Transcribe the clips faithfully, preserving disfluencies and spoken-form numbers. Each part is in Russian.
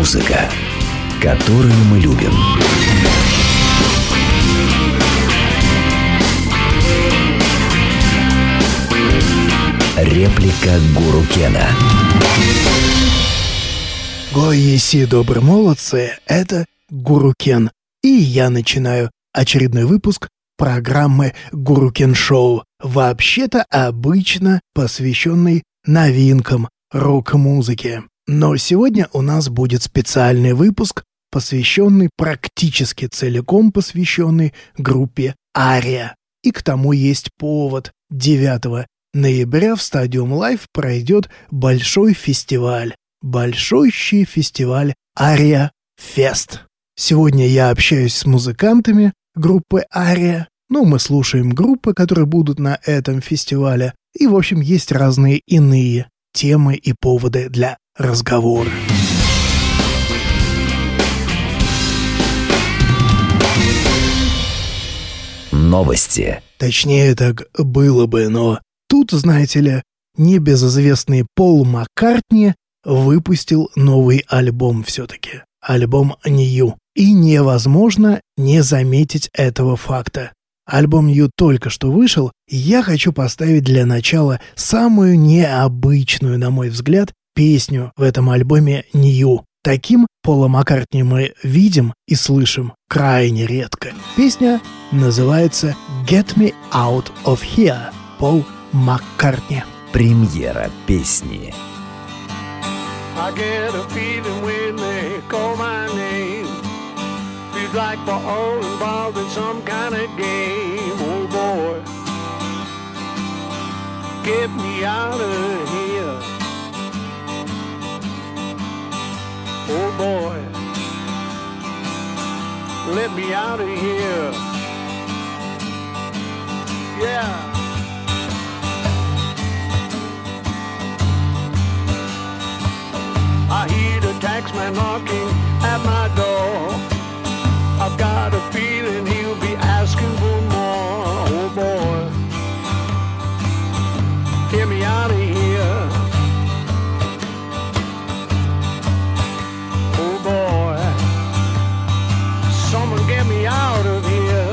Музыка, которую мы любим. Реплика Гуру Кена. Гоеси, добрые молодцы, это Гуру Кен. И я начинаю очередной выпуск программы Гуру Кен Шоу, вообще-то обычно посвященный новинкам рок-музыки. Но сегодня у нас будет специальный выпуск, посвященный, практически целиком посвященный группе Ария. И к тому есть повод. девятого ноября в Stadium Live пройдет большой фестиваль. Большущий фестиваль Ария Фест. Сегодня я общаюсь с музыкантами группы Ария. Ну, мы слушаем группы, которые будут на этом фестивале. И, в общем, есть разные иные темы и поводы для разговора. Новости. Точнее, так было бы, но тут, знаете ли, небезызвестный Пол Маккартни выпустил новый альбом все-таки. Альбом New. И невозможно не заметить этого факта. Альбом New только что вышел, и я хочу поставить для начала самую необычную, на мой взгляд, песню в этом альбоме New. Таким Пола Маккартни мы видим и слышим крайне редко. Песня называется «Get Me Out of Here». Пол Маккартни. Премьера песни. I get a feeling when they call my name. Feels like we're all involved in some kind of game. Oh boy, get me out of here. Oh boy, let me out of here. Yeah. I hear the taxman knocking at my door. I've got a feeling he'll be asking for more. Oh boy, get me out of here. Oh boy, someone get me out of here.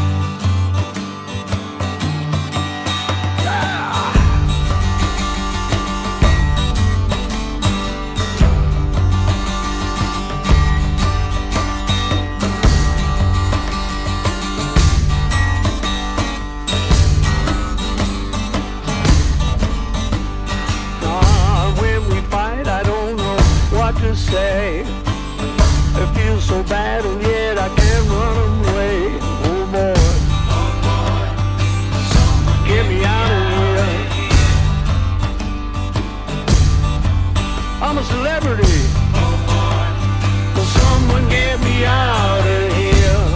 Say, it feels so bad and yet I can't run away. Oh boy, oh boy, get me out of here. I'm a celebrity. Oh boy, will someone get me out of here?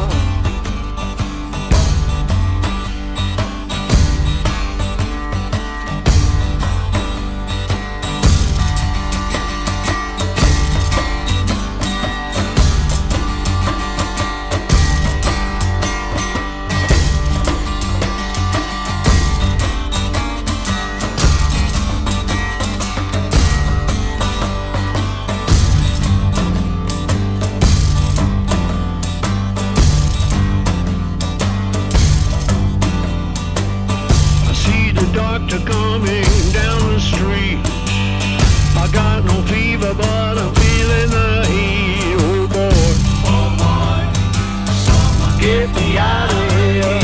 Doctor coming down the street. I got no fever, but I'm feeling the heat. Oh boy, oh boy, someone get me out of here.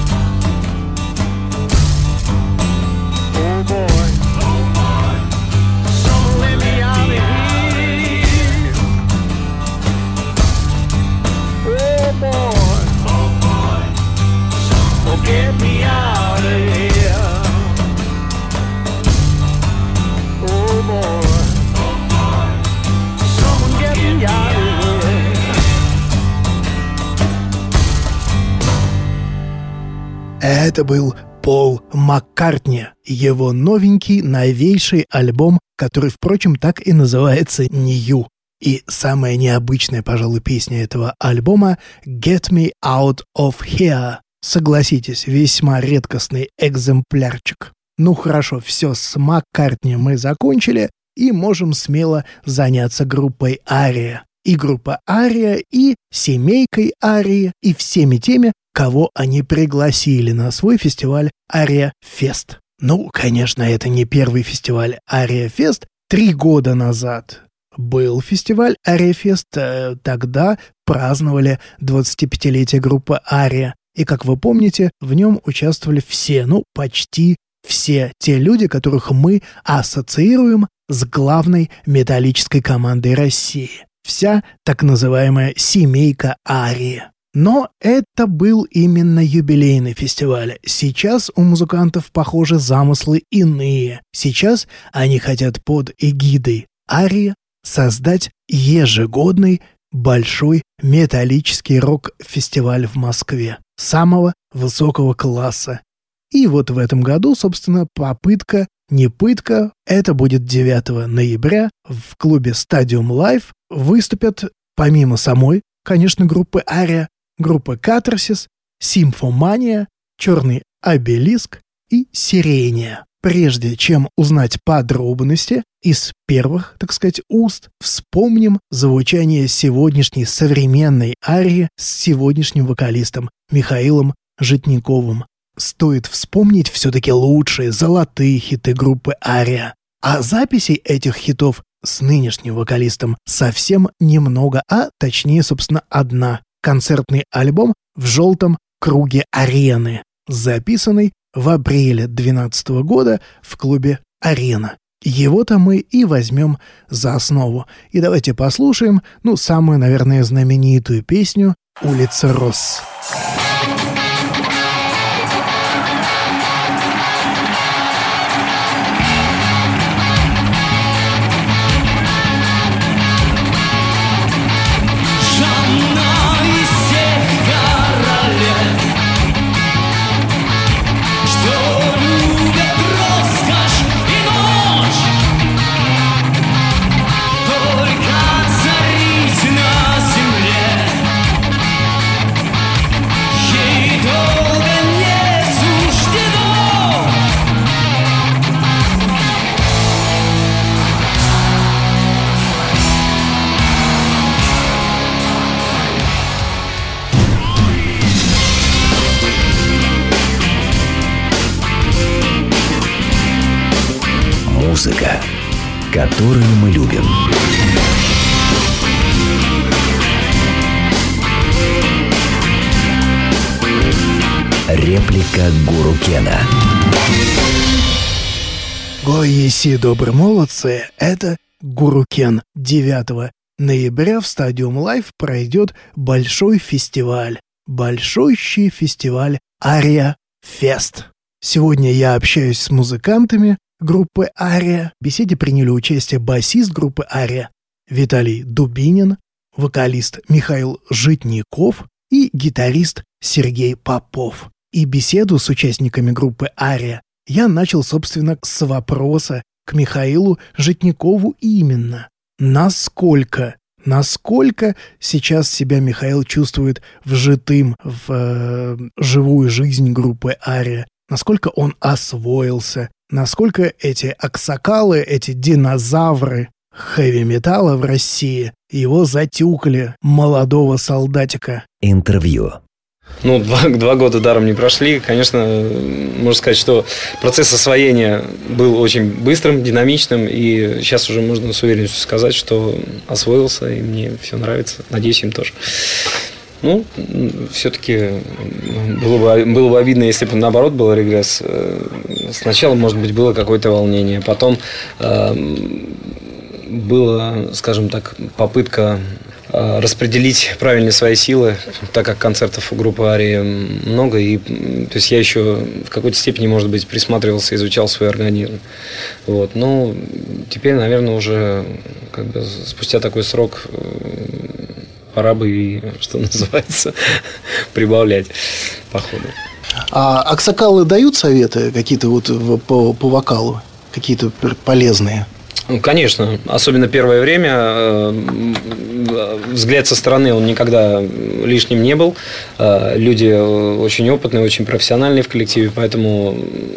Oh boy, oh boy, someone let me out of here. Oh boy, oh boy, someone get me out of here. Это был Пол Маккартни, его новенький, новейший альбом, который, впрочем, так и называется «New». И самая необычная, пожалуй, песня этого альбома «Get Me Out of Here». Согласитесь, весьма редкостный экземплярчик. Ну хорошо, все, с Маккартни мы закончили. и можем смело заняться группой «Ария». И группа «Ария», и семейкой «Арии», и всеми теми, кого они пригласили на свой фестиваль «Ария Фест». Ну, конечно, это не первый фестиваль «Ария Фест». Три года назад был фестиваль «Ария Фест». Тогда праздновали двадцатипятилетие группы «Ария». И, как вы помните, в нем участвовали все, ну, почти все те люди, которых мы ассоциируем с главной металлической командой России. Вся так называемая семейка «Арии». Но это был именно юбилейный фестиваль. Сейчас у музыкантов, похоже, замыслы иные. Сейчас они хотят под эгидой «Арии» создать ежегодный большой металлический рок-фестиваль в Москве самого высокого класса. И вот в этом году, собственно, попытка, не пытка, это будет девятого ноября в клубе Stadium Live выступят, помимо самой, конечно, группы «Ария», группы «Катарсис», «Симфомания», «Черный обелиск» и «Сирения». Прежде чем узнать подробности, из первых, так сказать, уст вспомним звучание сегодняшней современной «Арии» с сегодняшним вокалистом Михаилом Житниковым. Стоит вспомнить все-таки лучшие золотые хиты группы «Ария». А записей этих хитов с нынешним вокалистом совсем немного, а точнее, собственно, одна. Концертный альбом «В желтом круге арены», записанный в апреле две тысячи двенадцатого года в клубе «Арена». Его-то мы и возьмем за основу. И давайте послушаем, ну, самую, наверное, знаменитую песню «Улица роз». Музыка, которую мы любим. Реплика Гуру Кена. Ой, еси добрые молодцы, это Гуру Кен. девятого ноября в Stadium Live пройдет большой фестиваль. Большущий фестиваль «Ария Фест». Сегодня я общаюсь с музыкантами группы «Ария». В беседе приняли участие басист группы «Ария» Виталий Дубинин, вокалист Михаил Житников и гитарист Сергей Попов. И беседу с участниками группы «Ария» я начал, собственно, с вопроса к Михаилу Житникову именно. Насколько, насколько сейчас себя Михаил чувствует вжитым в э, живую жизнь группы «Ария? Насколько он освоился? Насколько эти аксакалы, эти динозавры хэви-металла в России его затюкали, молодого солдатика? Интервью. Ну, два, два года даром не прошли. Конечно, можно сказать, что процесс освоения был очень быстрым, динамичным. И сейчас уже можно с уверенностью сказать, что освоился, и мне все нравится. Надеюсь, им тоже. Ну, все-таки было бы, было бы обидно, если бы наоборот был регресс. Сначала, может быть, было какое-то волнение. Потом э, была, скажем так, попытка распределить правильно свои силы, так как концертов у группы «Ария» много, и то есть я еще в какой-то степени, может быть, присматривался, изучал свой организм. Вот. Но теперь, наверное, уже как бы спустя такой срок пора бы и, что называется, прибавлять по ходу. А аксакалы дают советы какие-то вот по, по вокалу, какие-то полезные? Ну, конечно, особенно первое время взгляд со стороны он никогда лишним не был. Люди очень опытные, очень профессиональные в коллективе, поэтому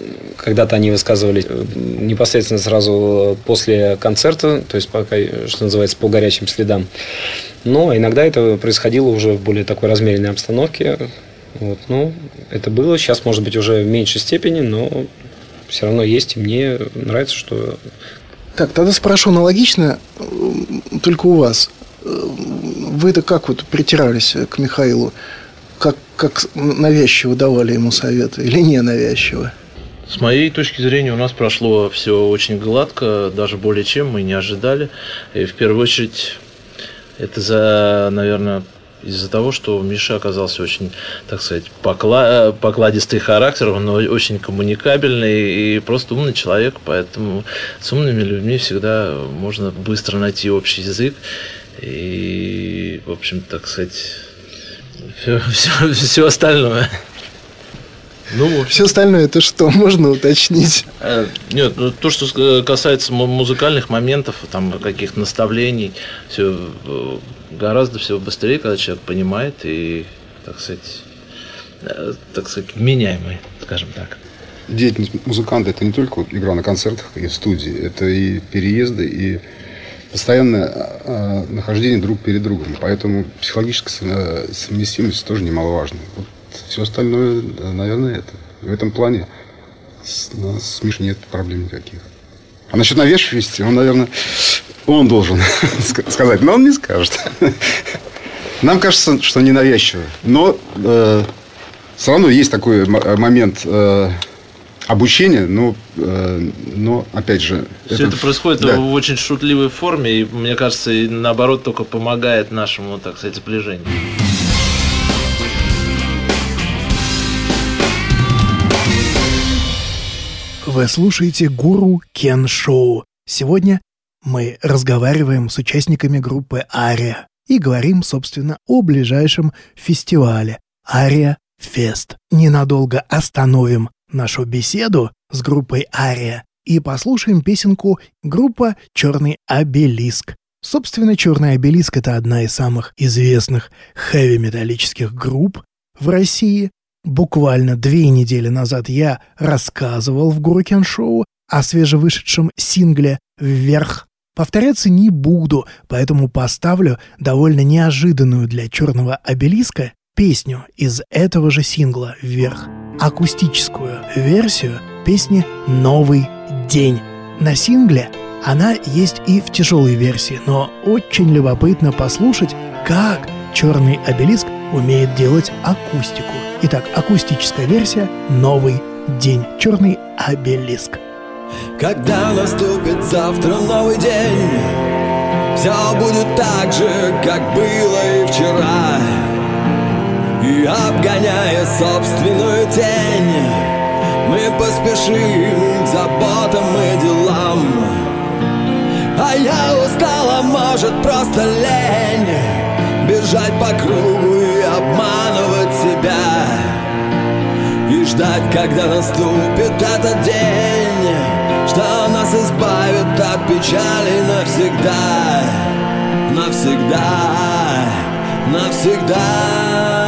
Когда-то они высказывались непосредственно сразу после концерта, то есть пока, что называется, по горячим следам. Но иногда это происходило уже в более такой размеренной обстановке. Вот, ну, это было. Сейчас, может быть, уже в меньшей степени, но все равно есть. И мне нравится, что... Так, тогда спрошу аналогично, только у вас. Вы-то как вот притирались к Михаилу? Как, как навязчиво давали ему советы или не навязчиво? С моей точки зрения, у нас прошло все очень гладко, даже более чем мы не ожидали. И в первую очередь, это, за, наверное, из-за того, что Миша оказался очень, так сказать, покла- покладистый характер, он очень коммуникабельный и просто умный человек, поэтому с умными людьми всегда можно быстро найти общий язык. И, в общем, так сказать, все, все, все остальное. Ну, все остальное это что, можно уточнить? Нет, ну, то, что касается музыкальных моментов, там каких-то наставлений, все гораздо все быстрее, когда человек понимает и, так сказать, так сказать, вменяемый, скажем так. Деятельность музыканта — это не только игра на концертах и в студии, это и переезды, и постоянное нахождение друг перед другом. Поэтому психологическая совместимость тоже немаловажна. Вот все остальное, наверное, это. В этом плане с, ну, с Мишей нет проблем никаких. А насчет навязчивости, он, наверное, он должен сказать, но он не скажет. Нам кажется, что не навязчиво. Но э, все равно есть такой момент э, обучения, но, э, но опять же... Все это, это происходит да. в очень шутливой форме, и, мне кажется, и наоборот только помогает нашему, так сказать, сближению. Вы слушаете Гуру Кен Шоу. Сегодня мы разговариваем с участниками группы «Ария» и говорим, собственно, о ближайшем фестивале «Ария Фест». Ненадолго остановим нашу беседу с группой «Ария» и послушаем песенку группы «Черный обелиск». Собственно, «Черный обелиск» — это одна из самых известных хэви-металлических групп в России. Буквально две недели назад я рассказывал в Гуру Кен Шоу о свежевышедшем сингле «Вверх». Повторяться не буду, поэтому поставлю довольно неожиданную для «Черного обелиска» песню из этого же сингла «Вверх». Акустическую версию песни «Новый день». На сингле она есть и в тяжелой версии, но очень любопытно послушать, как «Черный обелиск» умеет делать акустику. Итак, акустическая версия «Новый день». «Черный обелиск». Когда наступит завтра новый день, все будет так же, как было и вчера. И обгоняя собственную тень, мы поспешим к заботам и делам. А я устала, может, просто лень бежать по кругу и обманывать себя, и ждать, когда наступит этот день, что нас избавит от печали навсегда, навсегда, навсегда.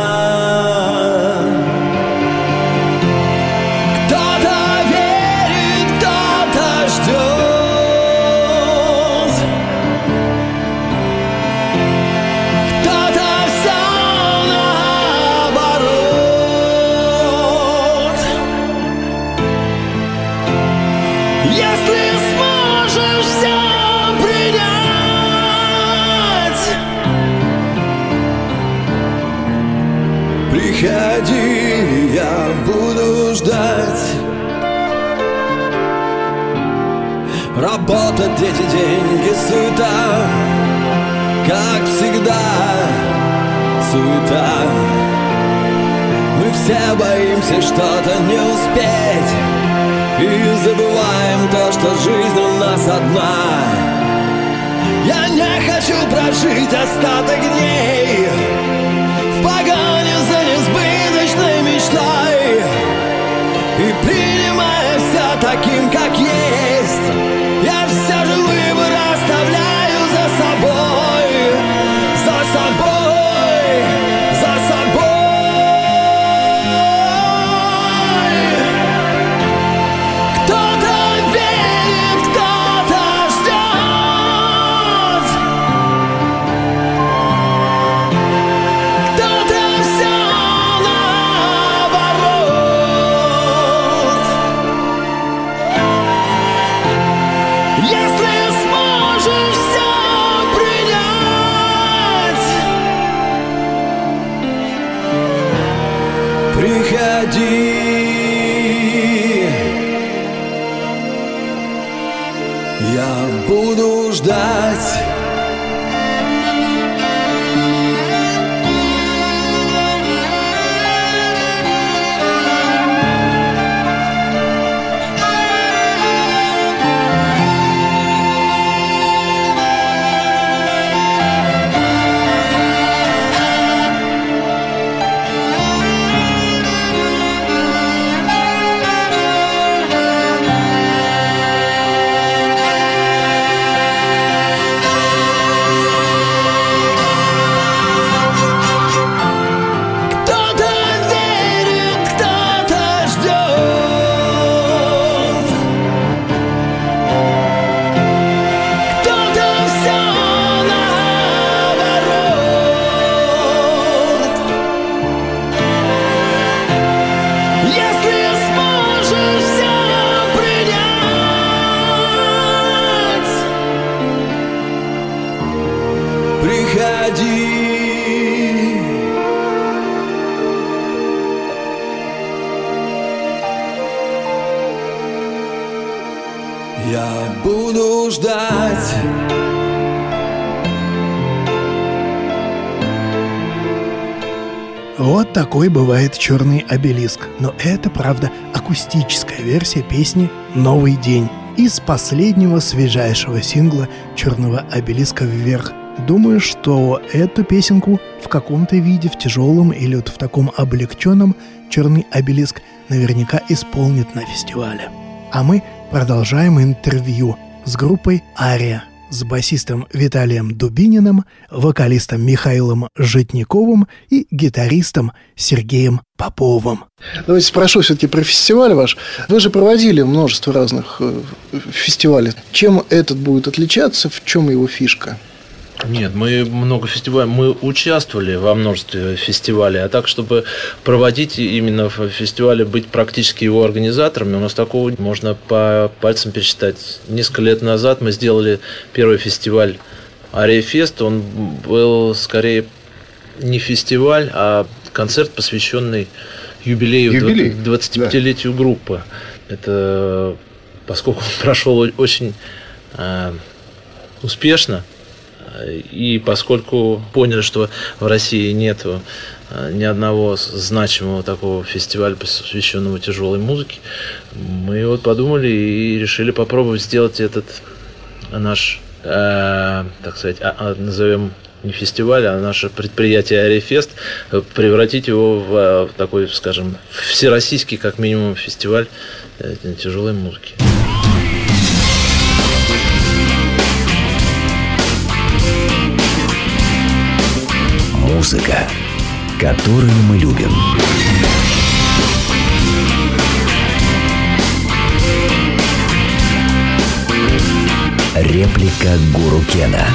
Приходи, я буду ждать. Работа, дети, деньги, суета, как всегда, суета. Мы все боимся что-то не успеть и забываем то, что жизнь у нас одна. Я не хочу прожить остаток дней в погоне за несбыточной мечтой, и принимая все таким, как есть, я все же выбор оставляю за собой, за собой, за собой. ждать. Я буду ждать. Вот такой бывает «Черный обелиск». Но это, правда, акустическая версия песни «Новый день» из последнего свежайшего сингла «Черного обелиска вверх». Думаю, что эту песенку в каком-то виде, в тяжелом или вот в таком облегченном, «Черный обелиск» наверняка исполнит на фестивале. А мы продолжаем интервью с группой «Ария», с басистом Виталием Дубининым, вокалистом Михаилом Житниковым и гитаристом Сергеем Поповым. Давайте спрошу все-таки про фестиваль ваш. Вы же проводили множество разных фестивалей. Чем этот будет отличаться, в чем его фишка? Нет, мы много фестивалей, мы участвовали во множестве фестивалей, а так, чтобы проводить именно в фестивале, быть практически его организаторами, у нас такого можно по пальцам пересчитать. Несколько лет назад мы сделали первый фестиваль Ария Фест, он был скорее не фестиваль, а концерт, посвященный юбилею, Юбилей? двадцатипятилетию да. группы. Это, поскольку он прошел очень э, успешно, и поскольку поняли, что в России нет ни одного значимого такого фестиваля, посвященного тяжелой музыке, мы вот подумали и решили попробовать сделать этот наш, э, так сказать, а, а, назовем не фестиваль, а наше предприятие Ария Фест, превратить его в, в такой, скажем, всероссийский, как минимум, фестиваль э, тяжелой музыки. Музыка, которую мы любим. Реплика Гуру Кена.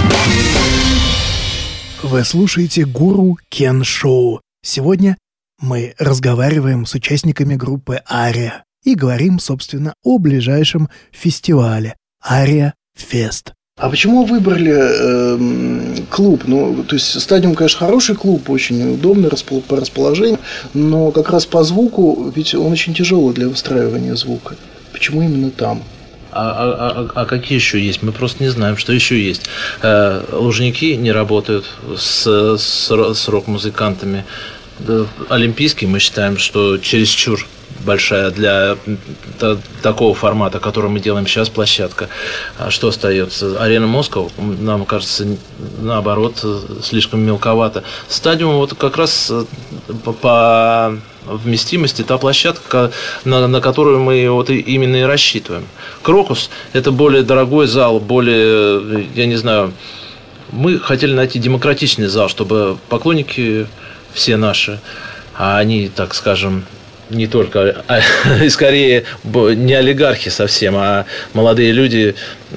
Вы слушаете Гуру Кен Шоу. Сегодня мы разговариваем с участниками группы Ария и говорим, собственно, о ближайшем фестивале Ария Фест. А почему выбрали э, клуб? Ну, то есть Стадиум, конечно, хороший клуб, очень удобный по расположению, но как раз по звуку, ведь он очень тяжелый для выстраивания звука. Почему именно там? А, а, а, а какие еще есть? Мы просто не знаем, что еще есть. Э, Лужники не работают с, с, с рок-музыкантами. Олимпийский мы считаем, что чересчур большая для такого формата, который мы делаем сейчас, площадка. А что остается? Арена Москва, нам кажется, наоборот, слишком мелковато. Стадиум вот как раз по, по вместимости та площадка, на, на которую мы вот именно и рассчитываем. Крокус – это более дорогой зал, более, я не знаю, мы хотели найти демократичный зал, чтобы поклонники все наши, а они, так скажем, не только, а, и скорее не олигархи совсем, а молодые люди,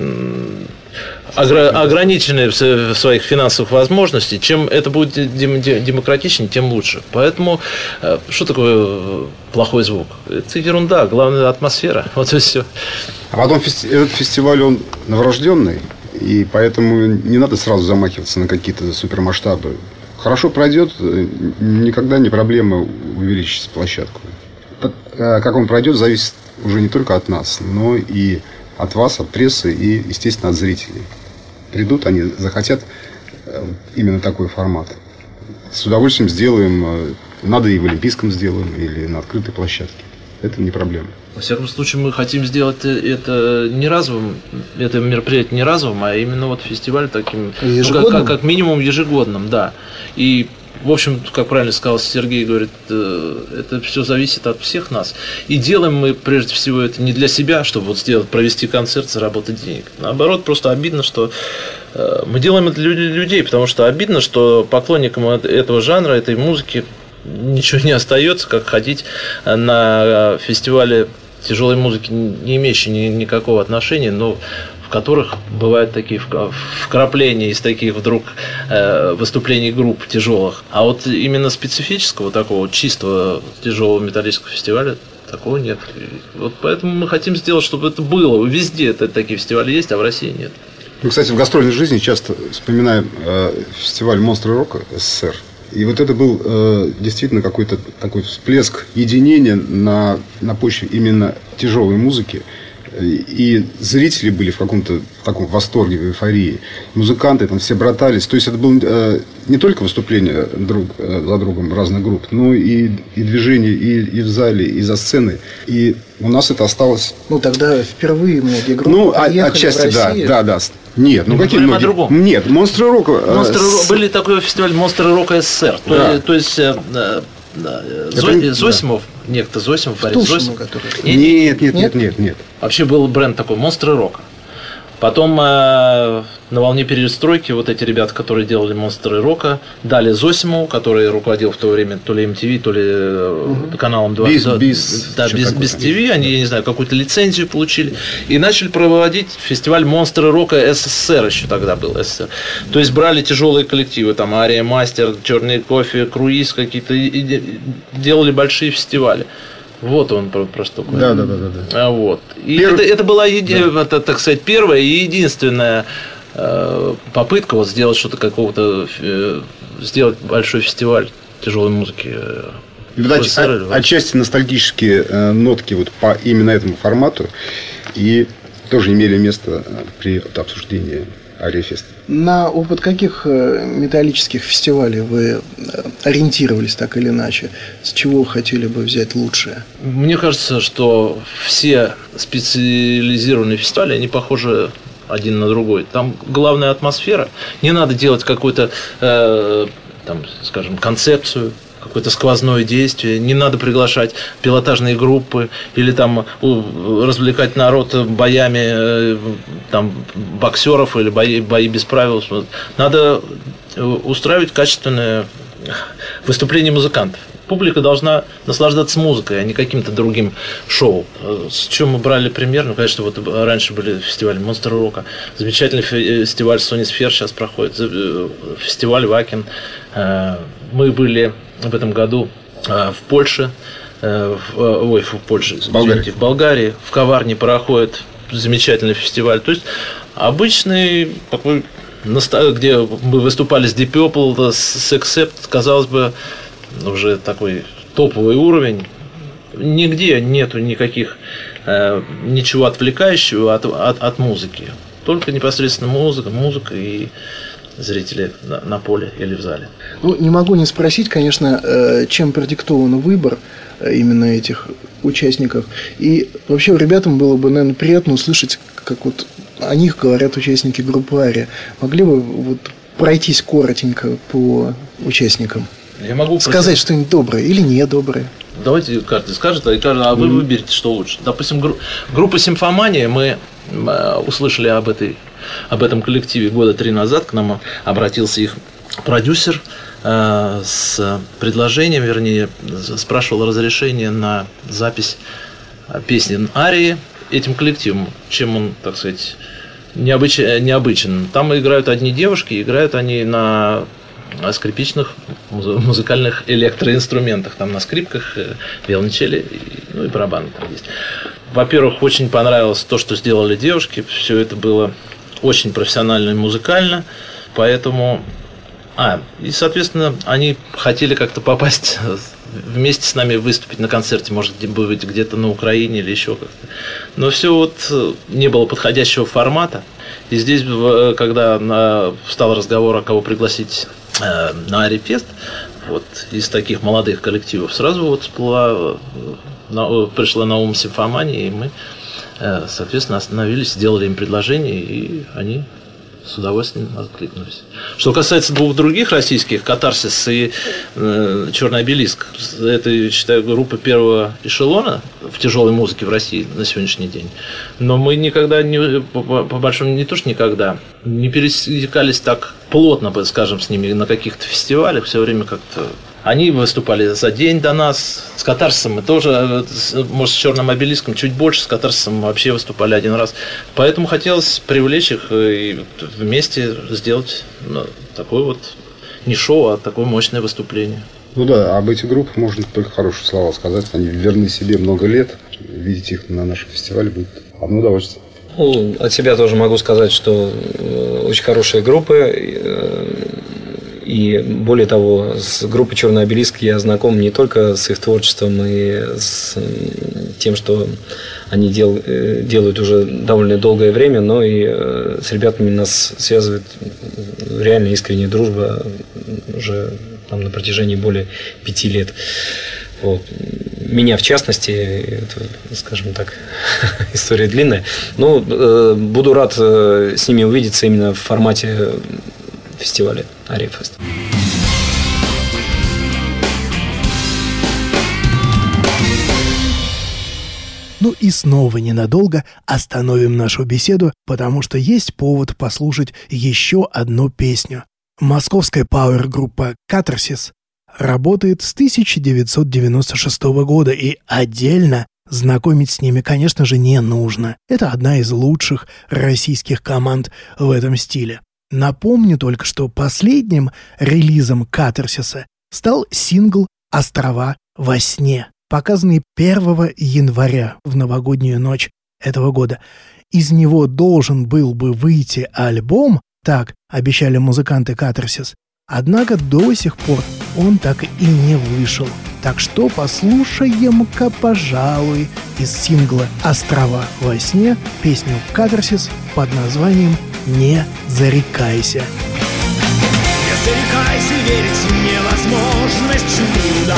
огр- ограниченные в своих финансовых возможностях. Чем это будет демократичнее, тем лучше. Поэтому, что такое плохой звук? Это ерунда, главное атмосфера. Вот и все. А потом этот фестиваль, он новорожденный, и поэтому не надо сразу замахиваться на какие-то супермасштабы. Хорошо пройдет, никогда не проблема увеличить площадку. Как он пройдет, зависит уже не только от нас, но и от вас, от прессы и, естественно, от зрителей. Придут, они захотят именно такой формат. С удовольствием сделаем, надо и в Олимпийском сделаем, или на открытой площадке. Это не проблема. Во всяком случае, мы хотим сделать это не разовым, это мероприятие не разовым, а именно вот фестиваль таким, ну, как, как минимум ежегодным, да. И, в общем, как правильно сказал Сергей, говорит, это все зависит от всех нас. И делаем мы прежде всего это не для себя, чтобы вот сделать, провести концерт, заработать денег. Наоборот, просто обидно, что мы делаем это для людей, потому что обидно, что поклонникам этого жанра, этой музыки ничего не остается, как ходить на фестивале тяжелой музыки, не имеющие ни, никакого отношения, но в которых бывают такие вкрапления из таких вдруг э, выступлений групп тяжелых. А вот именно специфического такого чистого тяжелого металлического фестиваля такого нет. И вот поэтому мы хотим сделать, чтобы это было. Везде это, такие фестивали есть, а в России нет. Ну, кстати, в гастрольной жизни часто вспоминаем э, фестиваль «Монстры рока» СССР. И вот это был э, действительно какой-то такой всплеск единения на, на почве именно тяжелой музыки. И зрители были в каком-то в таком восторге, в эйфории. Музыканты там все братались. То есть это было э, не только выступление друг э, за другом разных групп, но и, и движение и, и в зале, и за сценой. И у нас это осталось. Ну тогда впервые многие группы ну, приехали отчасти, в Россию. да, да, да. Нет, ну мы какие многие? О другом. Нет, «Монстры рока». Монстры, э, с... Были такой фестиваль «Монстры рока СССР». Да. То, то есть э, да, Зо... Это... Зосимов, да. некто Зосимов, Борис Зосимов. Который... Нет, нет, нет, нет, нет. Вообще был бренд такой «Монстры рока». Потом э, на волне перестройки вот эти ребята, которые делали «Монстры рока», дали Зосимову, который руководил в то время то ли эм ти ви, то ли угу. каналом два. Без, без, да, без, без ТВ, они, я не знаю, какую-то лицензию получили. И начали проводить фестиваль «Монстры рока» СССР, еще тогда был СССР. То есть брали тяжелые коллективы, там Ария Мастер, Черный кофе, Круиз какие-то, и, и делали большие фестивали. Вот он про, про что да, да, да, да, да. А вот. И Перв... это, это была, еди... да. это, так сказать, первая и единственная э, попытка вот сделать что-то какого-то, э, сделать большой фестиваль тяжелой музыки. Э, Видать, от, отчасти ностальгические э, нотки вот по именно этому формату и тоже имели место при обсуждении Ария-феста. На опыт каких металлических фестивалей вы ориентировались так или иначе? С чего хотели бы взять лучшее? Мне кажется, что все специализированные фестивали, они похожи один на другой. Там главная атмосфера. Не надо делать какую-то, э, там, скажем, концепцию, какое-то сквозное действие, не надо приглашать пилотажные группы или там развлекать народ боями там, боксеров или бои, бои без правил. Надо устраивать качественное выступление музыкантов. Публика должна наслаждаться музыкой, а не каким-то другим шоу. С чем мы брали пример? Ну, конечно, вот раньше были фестивали «Монстры рока», замечательный фестиваль «Сонисфер» сейчас проходит, фестиваль «Вакен». Мы были в этом году в Польше, в, ой, в Польше, извините, в Болгарии, в Коварне проходит замечательный фестиваль. То есть обычный такой, где мы выступали с Deep Purple, с Accept, казалось бы, уже такой топовый уровень. Нигде нету никаких ничего отвлекающего от, от, от музыки. Только непосредственно музыка, музыка и зрители на, на поле или в зале. Ну, не могу не спросить, конечно, чем продиктован выбор именно этих участников. И вообще ребятам было бы, наверное, приятно услышать, как вот о них говорят участники группы Ария. Могли бы вот пройтись коротенько по участникам? Я могу сказать просить... что-нибудь доброе или недоброе? Давайте каждый скажет, а вы mm-hmm. выберете, что лучше. Допустим, гру... группа «Симфомания», мы услышали об этой об этом коллективе года три назад, к нам обратился их продюсер э, с предложением, вернее, спрашивал разрешение на запись песни Арии этим коллективом, чем он, так сказать, необыч... необычен. Там играют одни девушки, играют они на скрипичных музыкальных электроинструментах, там на скрипках, виолончели, ну и барабаны там есть. Во-первых, очень понравилось то, что сделали девушки, все это было очень профессионально и музыкально, поэтому А, и, соответственно, они хотели как-то попасть вместе с нами выступить на концерте, может быть, где-то на Украине или еще как-то. Но все вот не было подходящего формата. И здесь, когда встал разговор, о кого пригласить на Арифест, вот из таких молодых коллективов, сразу вот всплыла, пришла на ум симфомания, и мы, соответственно, остановились, сделали им предложение, и они с удовольствием откликнулись. Что касается двух других российских, «Катарсис» и э, «Черный обелиск», это, я считаю, группа первого эшелона в тяжелой музыке в России на сегодняшний день. Но мы никогда, не, по, по большому, не то что никогда, не пересекались так плотно, скажем, с ними на каких-то фестивалях, все время как-то. Они выступали за день до нас. С «Катарсисом» мы тоже, может, с «Черным обелиском» чуть больше, с «Катарсисом» мы вообще выступали один раз. Поэтому хотелось привлечь их и вместе сделать, ну, такое вот не шоу, а такое мощное выступление. Ну да, об этих группах можно только хорошие слова сказать. Они верны себе много лет. Видеть их на нашем фестивале будет одно удовольствие. Ну, от себя тоже могу сказать, что очень хорошие группы. И более того, с группой «Черный обелиск» я знаком не только с их творчеством и с тем, что они дел, делают уже довольно долгое время, но и с ребятами нас связывает реально искренняя дружба уже там, на протяжении более пяти лет. Вот. Меня в частности, это, скажем так, история длинная, но э, буду рад э, с ними увидеться именно в формате фестиваля Арифест. Ну и снова ненадолго остановим нашу беседу, потому что есть повод послушать еще одну песню. Московская пауэр-группа «Катарсис» работает с тысяча девятьсот девяносто шестого года, и отдельно знакомить с ними, конечно же, не нужно. Это одна из лучших российских команд в этом стиле. Напомню только, что последним релизом «Катарсиса» стал сингл «Острова во сне», показанный первого января в новогоднюю ночь этого года. Из него должен был бы выйти альбом, так обещали музыканты «Катарсис», однако до сих пор он так и не вышел. Так что послушаем-ка, пожалуй, из сингла «Острова во сне» песню «Катарсис» под названием «Не зарекайся». Не зарекайся верить в невозможность чуда.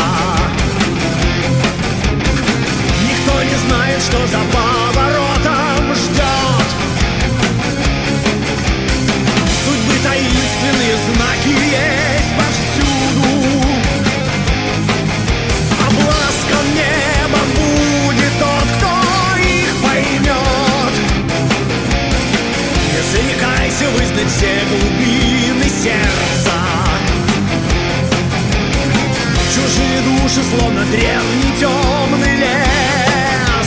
Никто не знает, что за поворотом ждет. Судьбы таинственные знаки есть повсюду. Обласкан небом будет тот, кто их поймет. Не зарекайся вызнать все глубины сердца. Чужие души, словно древний темный лес.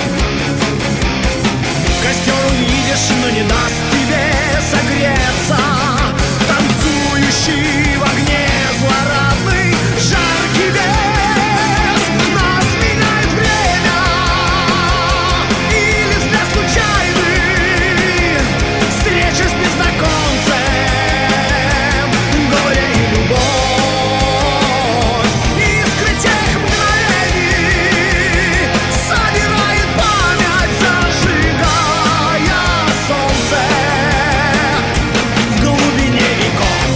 Костер увидишь, но не даст тебе согреться. Танцующий в огне злорадный жаркий бес. Нас меняет время, или взгляд случайный, встреча с незнакомцем, горе и любовь. Искры тех мгновений собирает память, зажигая солнце в глубине веков.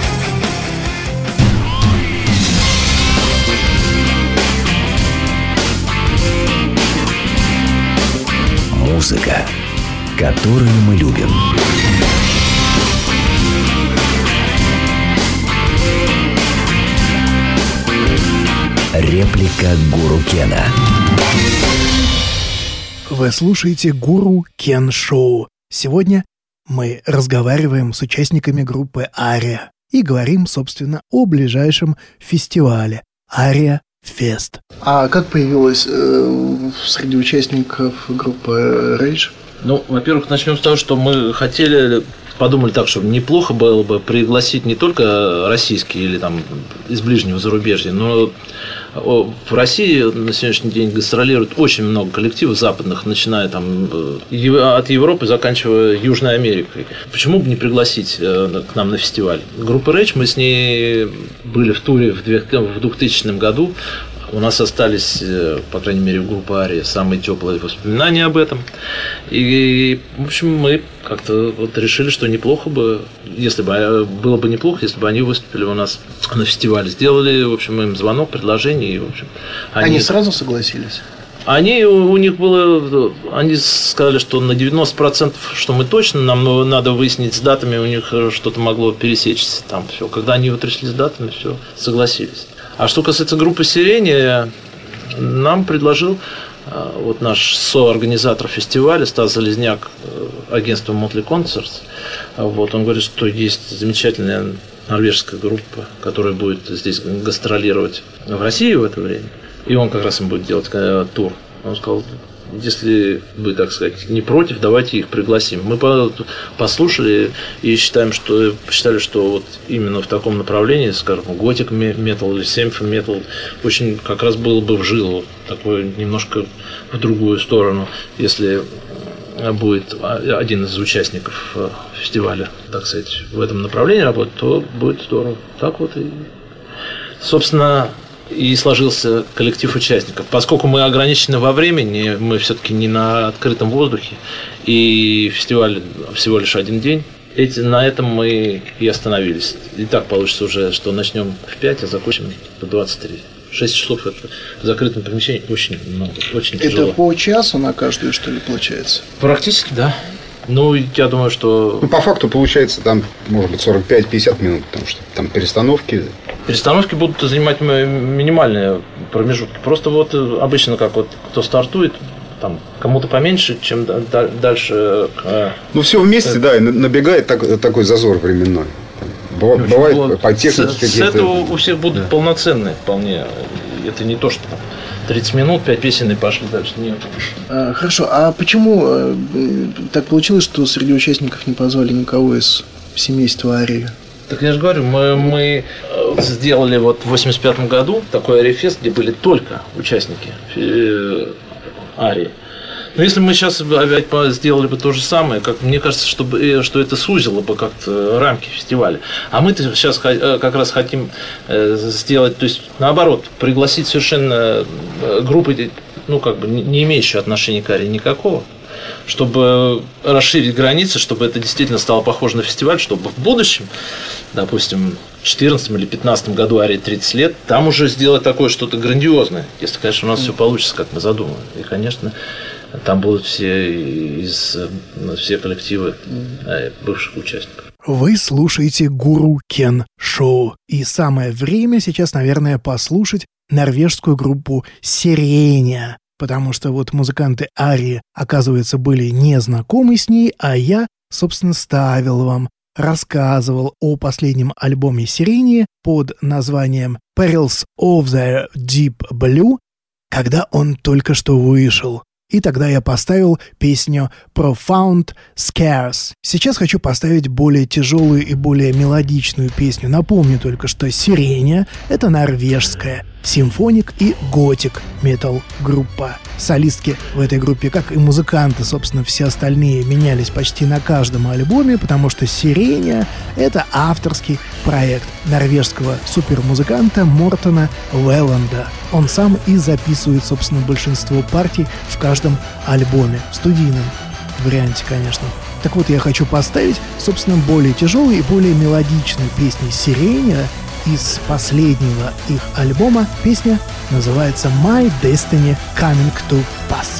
Музыка, которую мы любим. Реплика Гуру Кена. Вы слушаете Гуру Кен Шоу. Сегодня мы разговариваем с участниками группы «Ария» и говорим, собственно, о ближайшем фестивале «Ария Фест». А как появилась э, среди участников группы Rage? Ну, во-первых, начнем с того, что мы хотели подумали так, что неплохо было бы пригласить не только российские или там из ближнего зарубежья, но в России на сегодняшний день гастролирует очень много коллективов западных, начиная там от Европы, заканчивая Южной Америкой. Почему бы не пригласить к нам на фестиваль? Группа Rage, мы с ней были в туре в двухтысячном году. У нас остались, по крайней мере, в группе Ария самые теплые воспоминания об этом. И, в общем, мы как-то вот решили, что неплохо бы, если бы было бы неплохо, если бы они выступили у нас на фестивале. Сделали, в общем, им звонок, предложение. И, в общем, они... они сразу согласились? Они, у них было, они сказали, что на девяносто процентов, что мы точно, нам надо выяснить с датами, у них что-то могло пересечься там все. Когда они вот пришли с датами, все, согласились. А что касается группы «Сирения», нам предложил вот наш соорганизатор фестиваля Стас Залезняк, агентство Motley Concerts. Вот, он говорит, что есть замечательная норвежская группа, которая будет здесь гастролировать в России в это время. И он как раз им будет делать тур. Он сказал, если вы, так сказать, не против, давайте их пригласим. Мы послушали и считаем, что, считали, что вот именно в таком направлении, скажем, готик метал или симфо метал, очень как раз было бы в жилу, такое немножко в другую сторону, если будет один из участников фестиваля, так сказать, в этом направлении работать, то будет здорово. Так вот и, собственно, и сложился коллектив участников. Поскольку мы ограничены во времени, мы все-таки не на открытом воздухе, и фестиваль всего лишь один день, эти, на этом мы и остановились. И так получится уже, что начнем в пять, а закончим в двадцать три. шесть часов это в закрытом помещении очень много, очень тяжело. Это по часу на каждую, что ли, получается? Практически, да. Ну, я думаю, что... Ну, по факту получается там, может быть, сорок пять - пятьдесят минут, потому что там перестановки... Перестановки будут занимать минимальные промежутки. Просто вот обычно, как вот кто стартует, там кому-то поменьше, чем дальше... Ну, все вместе, да, и набегает так, такой зазор временной. Бывает, бывает по технике какие-то... С этого у всех будут да. полноценные вполне. Это не то, что там тридцать минут, пять песен и пошли дальше. Нет. А, хорошо, а почему э, так получилось, что среди участников не позвали никого из семейства Арии? Так я же говорю, мы, мы сделали вот в восемьдесят пятом году такой Ария-фест, где были только участники э, Арии. Но если мы сейчас опять сделали бы то же самое, как мне кажется, чтобы, что это сузило бы как-то рамки фестиваля. А мы-то сейчас как раз хотим сделать, то есть наоборот, пригласить совершенно группы, ну как бы не имеющие отношения к Арии никакого, чтобы расширить границы, чтобы это действительно стало похоже на фестиваль, чтобы в будущем, допустим, в две тысячи четырнадцатом или две тысячи пятнадцатом году Арии тридцать лет, там уже сделать такое что-то грандиозное, если, конечно, у нас все получится, как мы задумали. И, конечно, там будут все из все коллективы бывших участников. Вы слушаете Гуру Кен Шоу. И самое время сейчас, наверное, послушать норвежскую группу Сирения. Потому что вот музыканты Арии, оказывается, были не знакомы с ней, а я, собственно, ставил вам, рассказывал о последнем альбоме Сирения под названием Perils of the Deep Blue, когда он только что вышел. И тогда я поставил песню Profound Scares. Сейчас хочу поставить более тяжелую и более мелодичную песню. Напомню только, что Сирения — это норвежская симфоник и готик метал группа. Солистки в этой группе, как и музыканты, собственно, все остальные менялись почти на каждом альбоме, потому что Сирения — это авторский проект норвежского супермузыканта Мортона Велланда. Он сам и записывает, собственно, большинство партий в каждом альбоме, в студийном варианте, конечно. Так вот, я хочу поставить, собственно, более тяжелые и более мелодичные песни Сирения из последнего их альбома. Песня называется My Destiny Coming to Pass.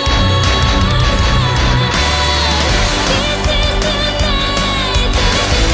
This is the night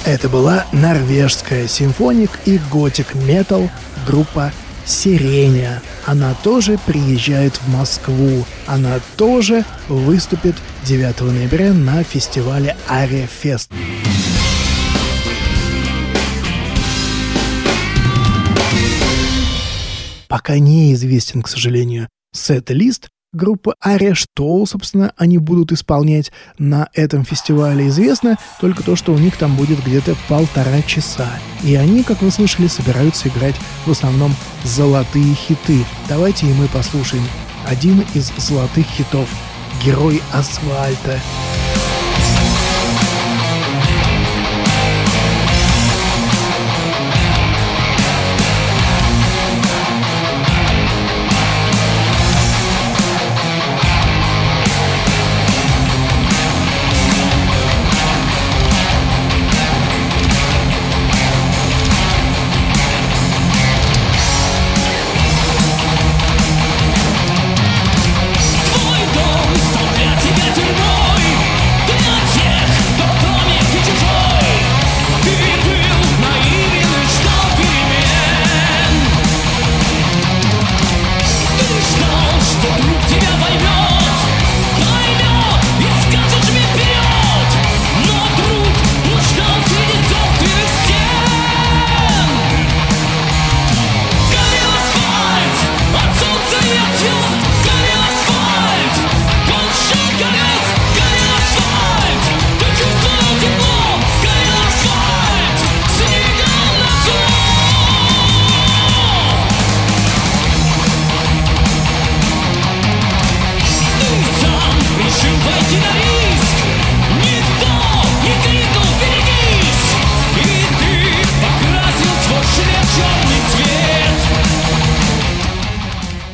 Это была норвежская симфоник и готик-метал группа Сирения. Она тоже приезжает в Москву. Она тоже выступит девятого ноября на фестивале Ария-фест. Пока неизвестен, к сожалению, сет-лист группы Ария, что, собственно, они будут исполнять на этом фестивале. Известно только то, что у них там будет где-то полтора часа. И они, как вы слышали, собираются играть в основном золотые хиты. Давайте и мы послушаем один из золотых хитов «Герой асфальта».